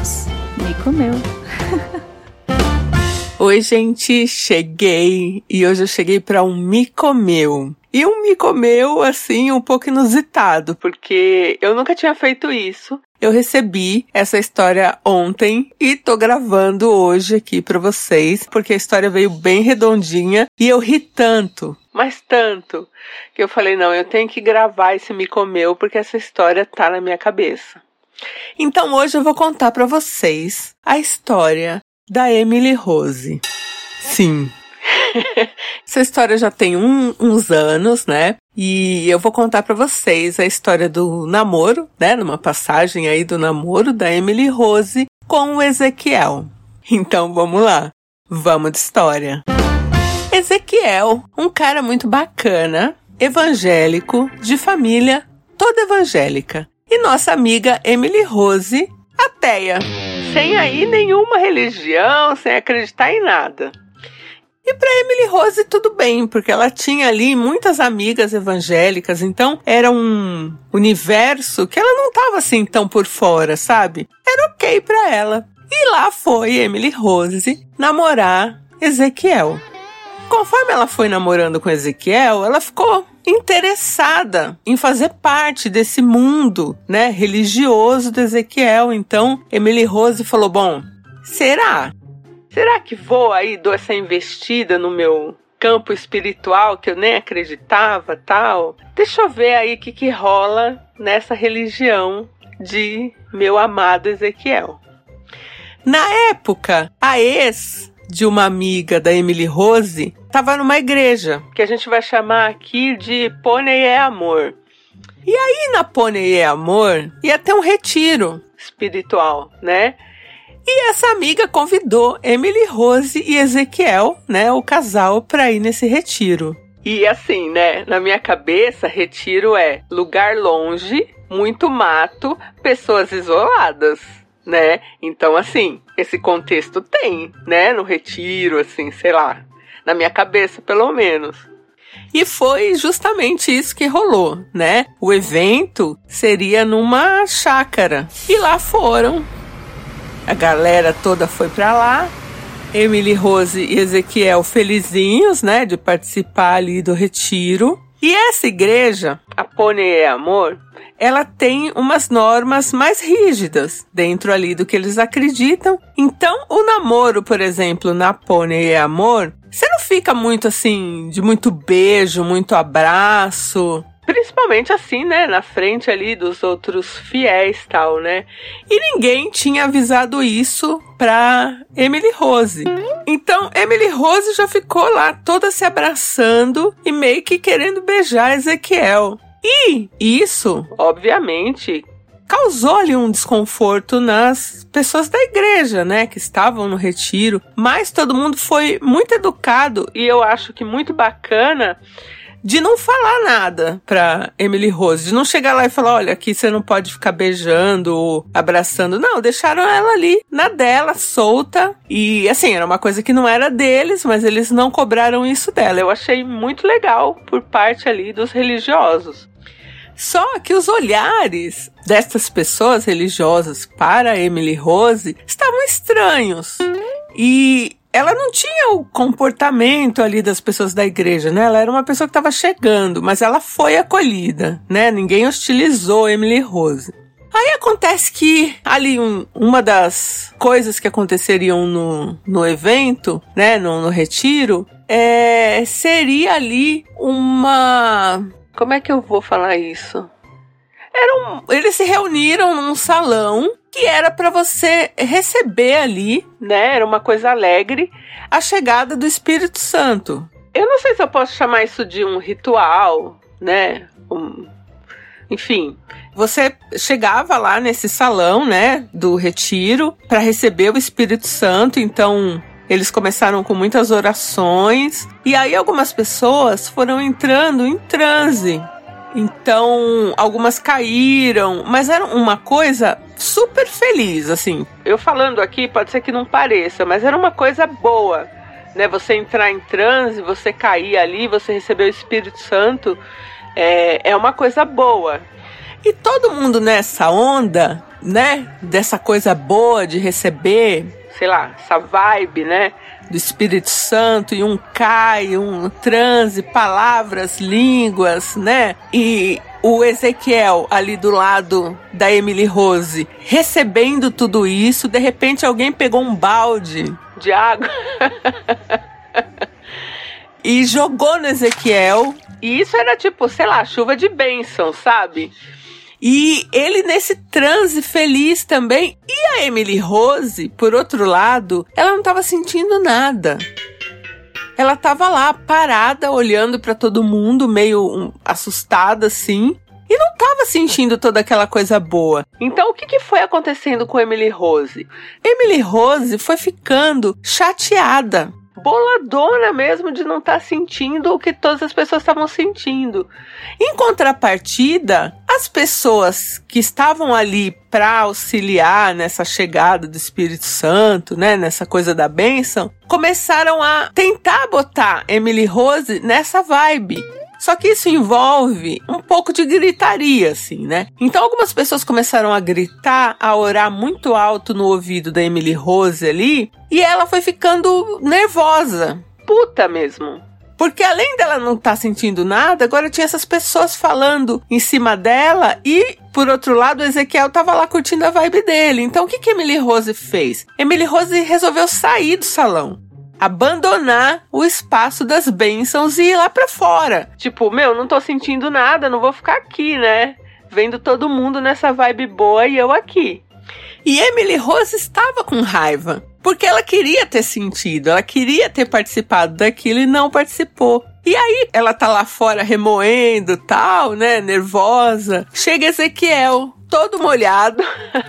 Ops, me comeu. Oi, gente, cheguei. E hoje eu cheguei para um Me Comeu. E um Me Comeu, assim, um pouco inusitado, porque eu nunca tinha feito isso. Eu recebi essa história ontem e tô gravando hoje aqui pra vocês, porque a história veio bem redondinha e eu ri tanto, mas tanto, que eu falei, não, eu tenho que gravar esse Me Comeu, porque essa história tá na minha cabeça. Então hoje eu vou contar pra vocês a história da Emily Rose. Sim. Essa história já tem uns anos, né? E eu vou contar pra vocês a história do namoro, né? Numa passagem aí do namoro da Emily Rose com o Ezequiel. Então vamos lá, vamos de história. Ezequiel, um cara muito bacana, evangélico, de família toda evangélica. E nossa amiga Emily Rose, ateia, sem aí nenhuma religião, sem acreditar em nada. E para Emily Rose tudo bem, porque ela tinha ali muitas amigas evangélicas, então era um universo que ela não estava assim tão por fora, sabe? Era ok para ela. E lá foi Emily Rose namorar Ezequiel. Conforme ela foi namorando com Ezequiel, ela ficou interessada em fazer parte desse mundo, né, religioso do Ezequiel. Então Emily Rose falou, bom, será que vou aí, dou essa investida no meu campo espiritual que eu nem acreditava, tal? Deixa eu ver aí o que rola nessa religião de meu amado Ezequiel. Na época, a ex de uma amiga da Emily Rose estava numa igreja, que a gente vai chamar aqui de Pônei é Amor. E aí na Pônei é Amor ia ter um retiro espiritual, né? E essa amiga convidou Emily Rose e Ezequiel, né, o casal, para ir nesse retiro. E assim, né, na minha cabeça, retiro é lugar longe, muito mato, pessoas isoladas, né? Então, assim, esse contexto tem, né, no retiro, assim, sei lá, na minha cabeça, pelo menos. E foi justamente isso que rolou, né? O evento seria numa chácara. E lá foram. A galera toda foi pra lá, Emily Rose e Ezequiel felizinhos, né, de participar ali do retiro. E essa igreja, a Pônei é Amor, ela tem umas normas mais rígidas dentro ali do que eles acreditam. Então, o namoro, por exemplo, na Pônei é Amor, você não fica muito assim, de muito beijo, muito abraço. Principalmente assim, né, na frente ali dos outros fiéis e tal, né? E ninguém tinha avisado isso pra Emily Rose. Então, Emily Rose já ficou lá toda se abraçando e meio que querendo beijar Ezequiel. E isso, obviamente, causou ali um desconforto nas pessoas da igreja, né, que estavam no retiro. Mas todo mundo foi muito educado e eu acho que muito bacana de não falar nada pra Emily Rose, de não chegar lá e falar, olha, aqui você não pode ficar beijando ou abraçando. Não, deixaram ela ali, na dela, solta. E assim, era uma coisa que não era deles, mas eles não cobraram isso dela. Eu achei muito legal por parte ali dos religiosos. Só que os olhares destas pessoas religiosas para Emily Rose estavam estranhos. E ela não tinha o comportamento ali das pessoas da igreja, né? Ela era uma pessoa que estava chegando, mas ela foi acolhida, né? Ninguém hostilizou Emily Rose. Aí acontece que ali uma das coisas que aconteceriam no evento, né? No retiro, seria ali uma... Como é que eu vou falar isso? Eles se reuniram num salão que era para você receber ali, né? Era uma coisa alegre, a chegada do Espírito Santo. Eu não sei se eu posso chamar isso de um ritual, né? Enfim, você chegava lá nesse salão, né? Do retiro para receber o Espírito Santo. Então, eles começaram com muitas orações e aí algumas pessoas foram entrando em transe. Então, algumas caíram, mas era uma coisa super feliz, assim. Eu falando aqui, pode ser que não pareça, mas era uma coisa boa, né? Você entrar em transe, você cair ali, você receber o Espírito Santo, é uma coisa boa. E todo mundo nessa onda, né, dessa coisa boa de receber, sei lá, essa vibe, né, do Espírito Santo, e um cai, um transe, palavras, línguas, né, e o Ezequiel ali do lado da Emily Rose recebendo tudo isso. De repente alguém pegou um balde de água e jogou no Ezequiel, e isso era tipo, sei lá, chuva de bênção, sabe? E ele nesse transe feliz também. E a Emily Rose, por outro lado, ela não estava sentindo nada. Ela estava lá parada, olhando para todo mundo, meio assustada assim, e não estava sentindo toda aquela coisa boa. Então o que foi acontecendo com Emily Rose? Emily Rose foi ficando chateada, boladona mesmo de não estar sentindo o que todas as pessoas estavam sentindo. Em contrapartida, as pessoas que estavam ali para auxiliar nessa chegada do Espírito Santo, né, nessa coisa da bênção, começaram a tentar botar Emily Rose nessa vibe. Só que isso envolve um pouco de gritaria, assim, né? Então algumas pessoas começaram a gritar, a orar muito alto no ouvido da Emily Rose ali, e ela foi ficando nervosa, puta mesmo. Porque além dela não estar sentindo nada, agora tinha essas pessoas falando em cima dela e, por outro lado, o Ezequiel estava lá curtindo a vibe dele. Então o que Emily Rose fez? Emily Rose resolveu sair do salão, abandonar o espaço das bênçãos e ir lá pra fora. Tipo, não tô sentindo nada, não vou ficar aqui, né? Vendo todo mundo nessa vibe boa e eu aqui. E Emily Rose estava com raiva, porque ela queria ter sentido, ela queria ter participado daquilo e não participou. E aí ela tá lá fora remoendo, tal, né, nervosa. Chega Ezequiel, todo molhado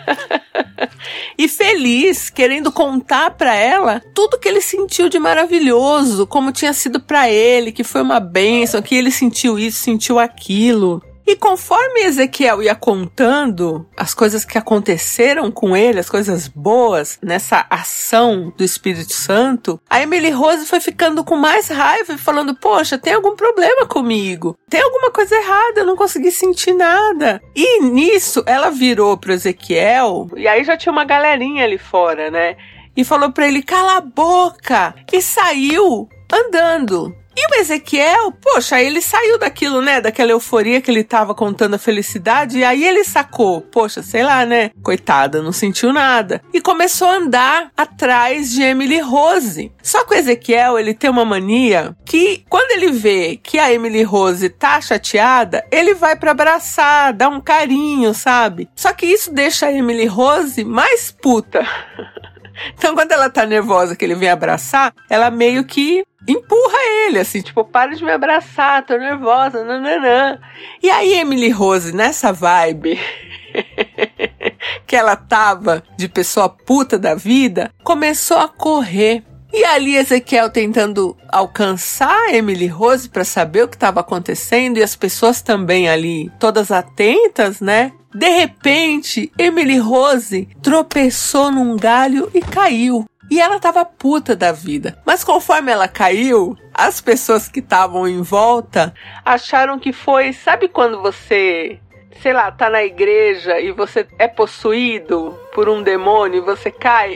e feliz, querendo contar pra ela tudo que ele sentiu de maravilhoso, como tinha sido pra ele, que foi uma bênção, que ele sentiu isso, sentiu aquilo. E conforme Ezequiel ia contando as coisas que aconteceram com ele, as coisas boas nessa ação do Espírito Santo, a Emily Rose foi ficando com mais raiva e falando, poxa, tem algum problema comigo? Tem alguma coisa errada, eu não consegui sentir nada. E nisso ela virou pro Ezequiel, e aí já tinha uma galerinha ali fora, né? E falou pra ele, cala a boca! E saiu andando. E o Ezequiel, poxa, ele saiu daquilo, né, daquela euforia que ele tava contando a felicidade, e aí ele sacou, poxa, sei lá, né, coitada, não sentiu nada, e começou a andar atrás de Emily Rose. Só que o Ezequiel, ele tem uma mania que, quando ele vê que a Emily Rose tá chateada, ele vai pra abraçar, dar um carinho, sabe? Só que isso deixa a Emily Rose mais puta. Então, quando ela tá nervosa que ele vem abraçar, ela meio que empurra ele, assim, tipo, para de me abraçar, tô nervosa, nananã. E aí Emily Rose, nessa vibe que ela tava de pessoa puta da vida, começou a correr. E ali Ezequiel tentando alcançar Emily Rose para saber o que estava acontecendo, e as pessoas também ali, todas atentas, né? De repente, Emily Rose tropeçou num galho e caiu. E ela tava puta da vida. Mas conforme ela caiu, as pessoas que estavam em volta acharam que foi... Sabe quando você, sei lá, tá na igreja e você é possuído por um demônio e você cai?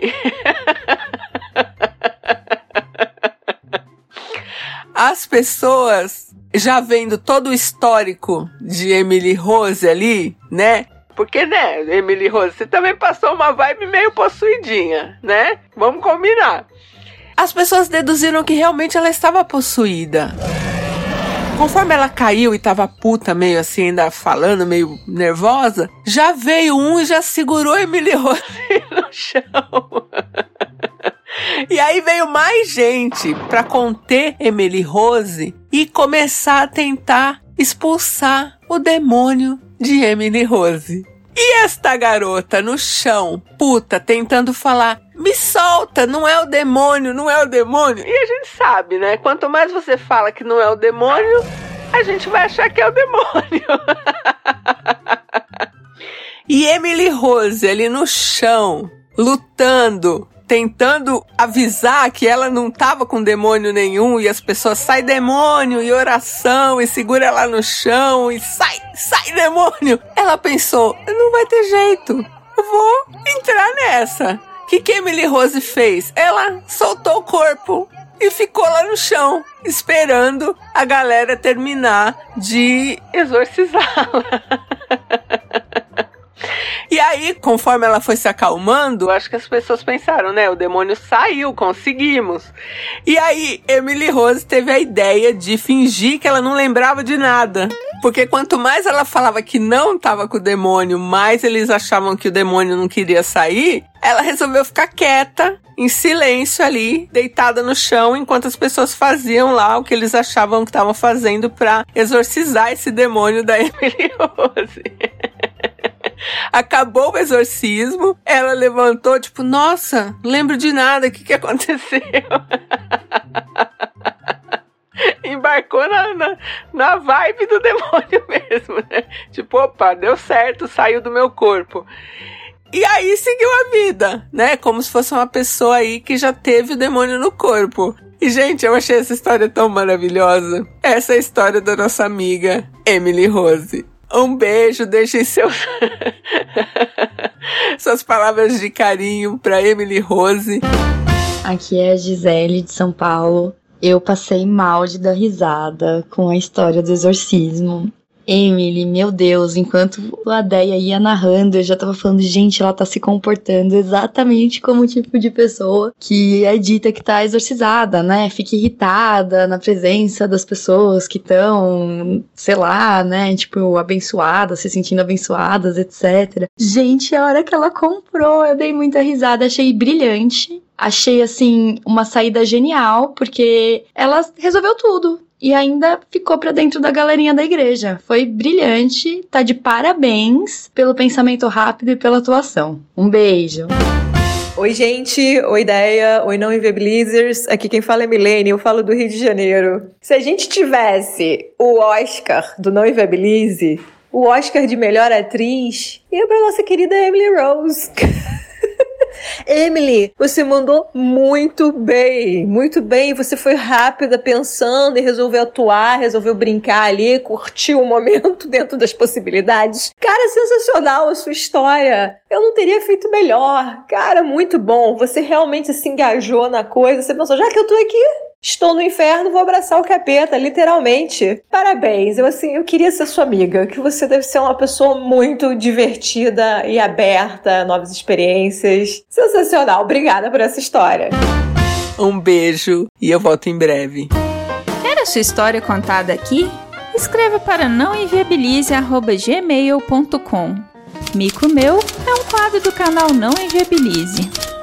As pessoas, já vendo todo o histórico de Emily Rose ali, né? Porque, né, Emily Rose, você também passou uma vibe meio possuidinha, né? Vamos combinar. As pessoas deduziram que realmente ela estava possuída. Conforme ela caiu e tava puta, meio assim, ainda falando, meio nervosa, já veio um e já segurou Emily Rose no chão. E aí veio mais gente pra conter Emily Rose e começar a tentar expulsar o demônio de Emily Rose. E esta garota no chão, puta, tentando falar, me solta, não é o demônio, não é o demônio. E a gente sabe, né? Quanto mais você fala que não é o demônio, a gente vai achar que é o demônio. E Emily Rose ali no chão, lutando tentando avisar que ela não tava com demônio nenhum, e as pessoas, sai demônio, e oração, e segura ela no chão, e sai demônio. Ela pensou, não vai ter jeito, eu vou entrar nessa. O que Emily Rose fez? Ela soltou o corpo e ficou lá no chão, esperando a galera terminar de exorcizá-la. E aí, conforme ela foi se acalmando, acho que as pessoas pensaram, né? O demônio saiu, conseguimos. E aí, Emily Rose teve a ideia de fingir que ela não lembrava de nada. Porque quanto mais ela falava que não estava com o demônio, mais eles achavam que o demônio não queria sair. Ela resolveu ficar quieta, em silêncio ali, deitada no chão, enquanto as pessoas faziam lá o que eles achavam que estavam fazendo para exorcizar esse demônio da Emily Rose. Acabou o exorcismo, ela levantou, tipo, nossa, não lembro de nada, o que aconteceu? Embarcou na vibe do demônio mesmo, né? Tipo, opa, deu certo, saiu do meu corpo. E aí seguiu a vida, né? Como se fosse uma pessoa aí que já teve o demônio no corpo. E, gente, eu achei essa história tão maravilhosa. Essa é a história da nossa amiga Emily Rose. Um beijo, deixem suas palavras de carinho para Emily Rose. Aqui é a Gisele de São Paulo. Eu passei mal de dar risada com a história do exorcismo. Emily, meu Deus, enquanto a Deia ia narrando, eu já tava falando, gente, ela tá se comportando exatamente como o tipo de pessoa que é dita que tá exorcizada, né? Fica irritada na presença das pessoas que estão, sei lá, né? Tipo, abençoadas, se sentindo abençoadas, etc. Gente, a hora que ela comprou, eu dei muita risada, achei brilhante. Achei, assim, uma saída genial, porque ela resolveu tudo. E ainda ficou pra dentro da galerinha da igreja. Foi brilhante, tá de parabéns pelo pensamento rápido e pela atuação. Um beijo. Oi, gente. Oi, Deia. Oi, Não Inviabilizers. Aqui quem fala é Milene, eu falo do Rio de Janeiro. Se a gente tivesse o Oscar do Não Inviabilize, o Oscar de melhor atriz, ia pra nossa querida Emily Rose. Emily, você mandou muito bem, você foi rápida pensando e resolveu atuar, resolveu brincar ali, curtiu o momento dentro das possibilidades. Cara, sensacional a sua história, eu não teria feito melhor, cara, muito bom, você realmente se engajou na coisa, você pensou, já que eu tô aqui, estou no inferno, vou abraçar o capeta, literalmente. Parabéns, eu queria ser sua amiga, que você deve ser uma pessoa muito divertida e aberta a novas experiências. Sensacional, obrigada por essa história. Um beijo e eu volto em breve. Quer a sua história contada aqui? Escreva para nãoenviabilize@gmail.com. Mico Meu é um quadro do canal Não Enviabilize.